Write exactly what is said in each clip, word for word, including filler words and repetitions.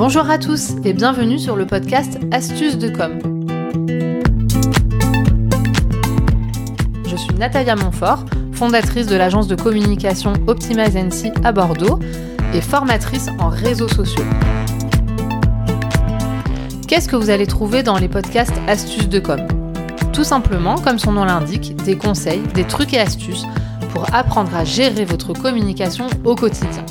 Bonjour à tous et bienvenue sur le podcast Astuces de com. Je suis Natalia Montfort, fondatrice de l'agence de communication Optimize N C à Bordeaux et formatrice en réseaux sociaux. Qu'est-ce que vous allez trouver dans les podcasts Astuces de com ? Tout simplement, comme son nom l'indique, des conseils, des trucs et astuces pour apprendre à gérer votre communication au quotidien.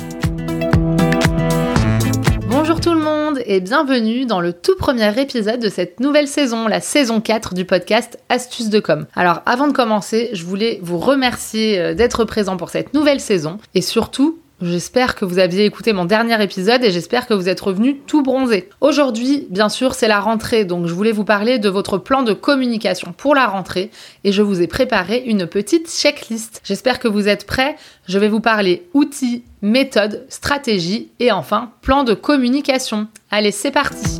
Bonjour tout le monde et bienvenue dans le tout premier épisode de cette nouvelle saison, la saison quatre du podcast Astuces de com. Alors avant de commencer, je voulais vous remercier d'être présent pour cette nouvelle saison et surtout, j'espère que vous aviez écouté mon dernier épisode et j'espère que vous êtes revenus tout bronzés. Aujourd'hui, bien sûr, c'est la rentrée, donc je voulais vous parler de votre plan de communication pour la rentrée et je vous ai préparé une petite checklist. J'espère que vous êtes prêts. Je vais vous parler outils, méthodes, stratégies et enfin, plan de communication. Allez, c'est parti!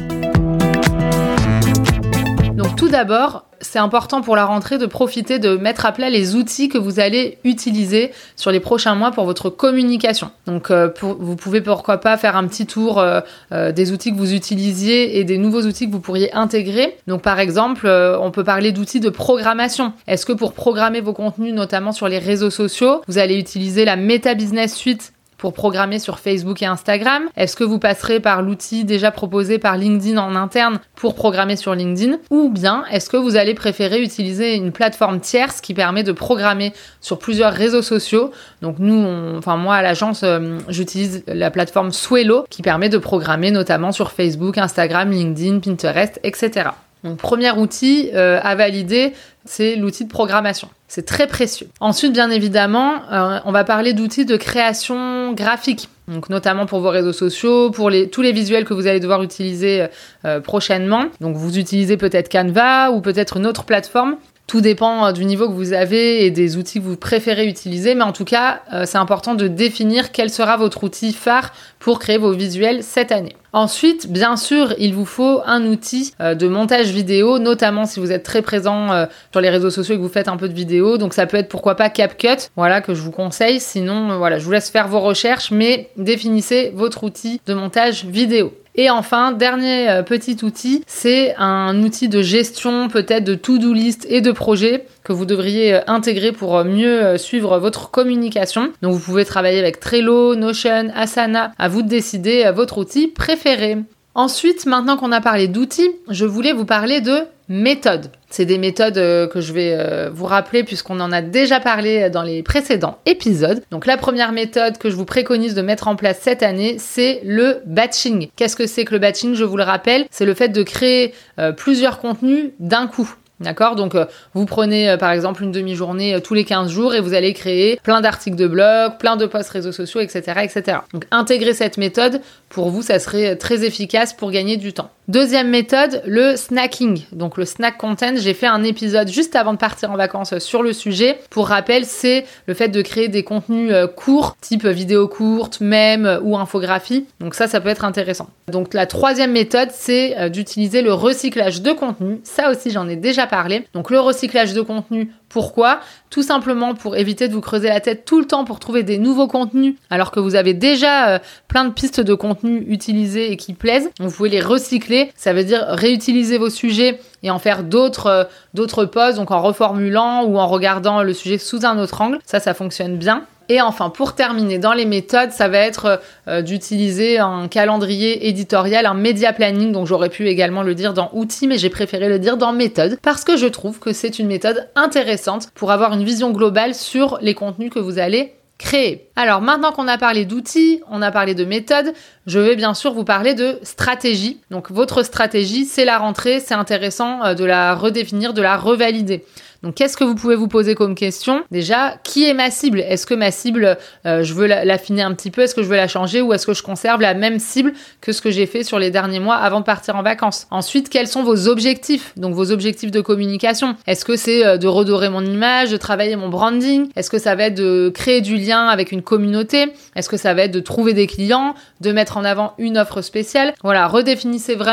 Donc tout d'abord, c'est important pour la rentrée de profiter de mettre à plat les outils que vous allez utiliser sur les prochains mois pour votre communication. Donc euh, pour, vous pouvez pourquoi pas faire un petit tour euh, euh, des outils que vous utilisiez et des nouveaux outils que vous pourriez intégrer. Donc par exemple, euh, on peut parler d'outils de programmation. Est-ce que pour programmer vos contenus, notamment sur les réseaux sociaux, vous allez utiliser la Meta Business Suite pour programmer sur Facebook et Instagram? Est-ce que vous passerez par l'outil déjà proposé par LinkedIn en interne pour programmer sur LinkedIn? Ou bien est-ce que vous allez préférer utiliser une plateforme tierce qui permet de programmer sur plusieurs réseaux sociaux? Donc nous, on, enfin moi à l'agence, euh, j'utilise la plateforme Swello qui permet de programmer notamment sur Facebook, Instagram, LinkedIn, Pinterest, et cetera. Donc premier outil euh, à valider, c'est l'outil de programmation. C'est très précieux. Ensuite, bien évidemment, euh, on va parler d'outils de création graphique. Donc notamment pour vos réseaux sociaux, pour les, tous les visuels que vous allez devoir utiliser euh, prochainement. Donc vous utilisez peut-être Canva ou peut-être une autre plateforme. Tout dépend du niveau que vous avez et des outils que vous préférez utiliser, mais en tout cas, euh, c'est important de définir quel sera votre outil phare pour créer vos visuels cette année. Ensuite, bien sûr, il vous faut un outil euh, de montage vidéo, notamment si vous êtes très présent euh, sur les réseaux sociaux et que vous faites un peu de vidéo. Donc ça peut être pourquoi pas CapCut, voilà, que je vous conseille. Sinon, euh, voilà, je vous laisse faire vos recherches, mais définissez votre outil de montage vidéo. Et enfin, dernier euh, petit outil, c'est un outil de gestion peut-être de to-do list et de projet que vous devriez euh, intégrer pour euh, mieux euh, suivre votre communication. Donc vous pouvez travailler avec Trello, Notion, Asana, à vous de décider euh, votre outil préféré. Ensuite, maintenant qu'on a parlé d'outils, je voulais vous parler de méthodes. C'est des méthodes euh, que je vais euh, vous rappeler puisqu'on en a déjà parlé dans les précédents épisodes. Donc la première méthode que je vous préconise de mettre en place cette année, c'est le batching. Qu'est-ce que c'est que le batching ? Je vous le rappelle, c'est le fait de créer euh, plusieurs contenus d'un coup. D'accord ? Donc, euh, vous prenez euh, par exemple une demi-journée euh, tous les quinze jours et vous allez créer plein d'articles de blog, plein de posts réseaux sociaux, et cetera, et cetera. Donc, intégrer cette méthode, pour vous, ça serait très efficace pour gagner du temps. Deuxième méthode, le snacking. Donc, le snack content, j'ai fait un épisode juste avant de partir en vacances sur le sujet. Pour rappel, c'est le fait de créer des contenus euh, courts, type vidéo courte, mème ou infographie. Donc ça, ça peut être intéressant. Donc, la troisième méthode, c'est euh, d'utiliser le recyclage de contenu. Ça aussi, j'en ai déjà parler. Donc le recyclage de contenu, pourquoi ? Tout simplement pour éviter de vous creuser la tête tout le temps pour trouver des nouveaux contenus alors que vous avez déjà euh, plein de pistes de contenu utilisés et qui plaisent. Donc, vous pouvez les recycler, ça veut dire réutiliser vos sujets et en faire d'autres, euh, d'autres posts, donc en reformulant ou en regardant le sujet sous un autre angle. Ça, ça fonctionne bien. Et enfin, pour terminer, dans les méthodes, ça va être euh, d'utiliser un calendrier éditorial, un media planning, donc j'aurais pu également le dire dans outils, mais j'ai préféré le dire dans méthode, parce que je trouve que c'est une méthode intéressante pour avoir une vision globale sur les contenus que vous allez créer. Alors maintenant qu'on a parlé d'outils, on a parlé de méthodes, je vais bien sûr vous parler de stratégie. Donc votre stratégie, c'est la rentrée, c'est intéressant de la redéfinir, de la revalider. Donc, qu'est-ce que vous pouvez vous poser comme question ? Déjà, qui est ma cible ? Est-ce que ma cible, euh, je veux l'affiner un petit peu ? Est-ce que je veux la changer ? Ou est-ce que je conserve la même cible que ce que j'ai fait sur les derniers mois avant de partir en vacances ? Ensuite, quels sont vos objectifs ? Donc, vos objectifs de communication. Est-ce que c'est de redorer mon image, de travailler mon branding ? Est-ce que ça va être de créer du lien avec une communauté ? Est-ce que ça va être de trouver des clients, de mettre en avant une offre spéciale ? Voilà, redéfinissez vraiment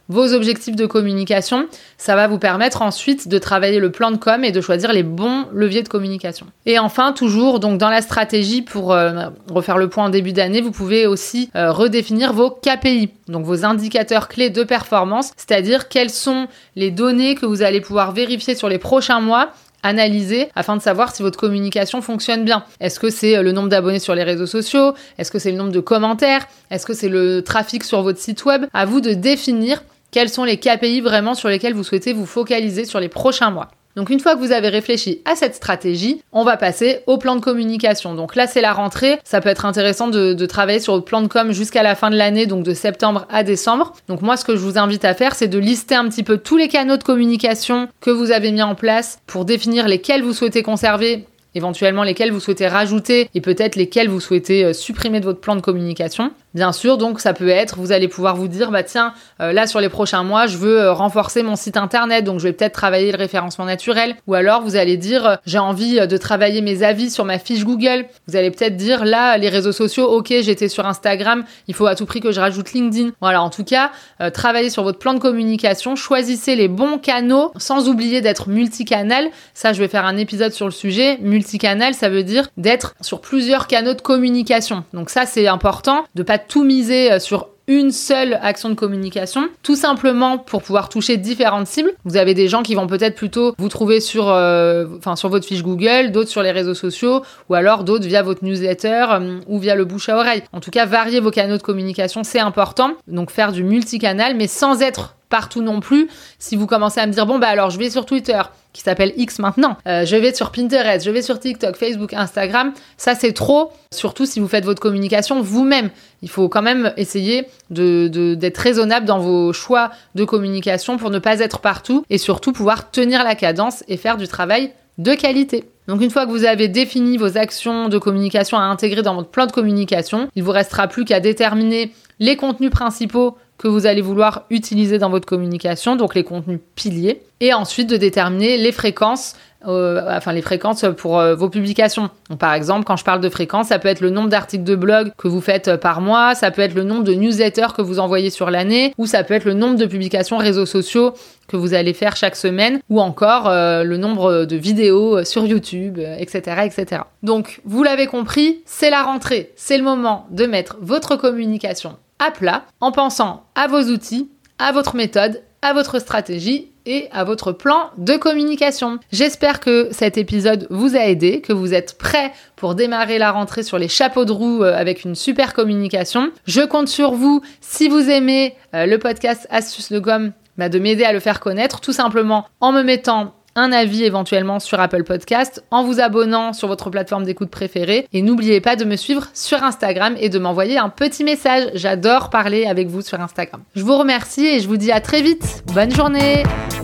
vos objectifs de communication. Ça va vous permettre ensuite de travailler le plan de com et de choisir les bons leviers de communication. Et enfin, toujours donc dans la stratégie, pour euh, refaire le point en début d'année, vous pouvez aussi euh, redéfinir vos K P I, donc vos indicateurs clés de performance, c'est-à-dire quelles sont les données que vous allez pouvoir vérifier sur les prochains mois, analyser afin de savoir si votre communication fonctionne bien. Est-ce que c'est le nombre d'abonnés sur les réseaux sociaux? Est-ce que c'est le nombre de commentaires? Est-ce que c'est le trafic sur votre site web? À vous de définir quels sont les K P I vraiment sur lesquels vous souhaitez vous focaliser sur les prochains mois. Donc une fois que vous avez réfléchi à cette stratégie, on va passer au plan de communication. Donc là, c'est la rentrée. Ça peut être intéressant de, de travailler sur votre plan de com jusqu'à la fin de l'année, donc de septembre à décembre. Donc moi, ce que je vous invite à faire, c'est de lister un petit peu tous les canaux de communication que vous avez mis en place pour définir lesquels vous souhaitez conserver, éventuellement lesquels vous souhaitez rajouter et peut-être lesquels vous souhaitez supprimer de votre plan de communication. Bien sûr, donc ça peut être, vous allez pouvoir vous dire, bah tiens, euh, là sur les prochains mois, je veux euh, renforcer mon site internet, donc je vais peut-être travailler le référencement naturel. Ou alors vous allez dire, euh, j'ai envie euh, de travailler mes avis sur ma fiche Google. Vous allez peut-être dire, là, les réseaux sociaux, ok, j'étais sur Instagram, il faut à tout prix que je rajoute LinkedIn. Voilà, en tout cas, euh, travaillez sur votre plan de communication, choisissez les bons canaux, sans oublier d'être multicanal. Ça, je vais faire un épisode sur le sujet. Multicanal, ça veut dire d'être sur plusieurs canaux de communication. Donc ça, c'est important, de pas tout miser sur une seule action de communication, tout simplement pour pouvoir toucher différentes cibles. Vous avez des gens qui vont peut-être plutôt vous trouver sur, euh, enfin, sur votre fiche Google, d'autres sur les réseaux sociaux, ou alors d'autres via votre newsletter euh, ou via le bouche à oreille. En tout cas, varier vos canaux de communication, c'est important. Donc faire du multicanal, mais sans être partout non plus. Si vous commencez à me dire, bon, bah alors je vais sur Twitter, qui s'appelle X maintenant, euh, je vais sur Pinterest, je vais sur TikTok, Facebook, Instagram, ça c'est trop, surtout si vous faites votre communication vous-même. Il faut quand même essayer de, de, d'être raisonnable dans vos choix de communication pour ne pas être partout et surtout pouvoir tenir la cadence et faire du travail de qualité. Donc une fois que vous avez défini vos actions de communication à intégrer dans votre plan de communication, il vous restera plus qu'à déterminer les contenus principaux que vous allez vouloir utiliser dans votre communication, donc les contenus piliers, et ensuite de déterminer les fréquences, euh, enfin les fréquences pour euh, vos publications. Donc, par exemple, quand je parle de fréquence, ça peut être le nombre d'articles de blog que vous faites par mois, ça peut être le nombre de newsletters que vous envoyez sur l'année, ou ça peut être le nombre de publications réseaux sociaux que vous allez faire chaque semaine, ou encore euh, le nombre de vidéos sur YouTube, euh, et cetera, et cetera. Donc, vous l'avez compris, c'est la rentrée, c'est le moment de mettre votre communication à plat en pensant à vos outils, à votre méthode, à votre stratégie et à votre plan de communication. J'espère que cet épisode vous a aidé, que vous êtes prêts pour démarrer la rentrée sur les chapeaux de roue avec une super communication. Je compte sur vous, si vous aimez euh, le podcast Astuces de com, bah, de m'aider à le faire connaître, tout simplement en me mettant un avis éventuellement sur Apple Podcast, en vous abonnant sur votre plateforme d'écoute préférée. Et n'oubliez pas de me suivre sur Instagram et de m'envoyer un petit message. J'adore parler avec vous sur Instagram. Je vous remercie et je vous dis à très vite. Bonne journée!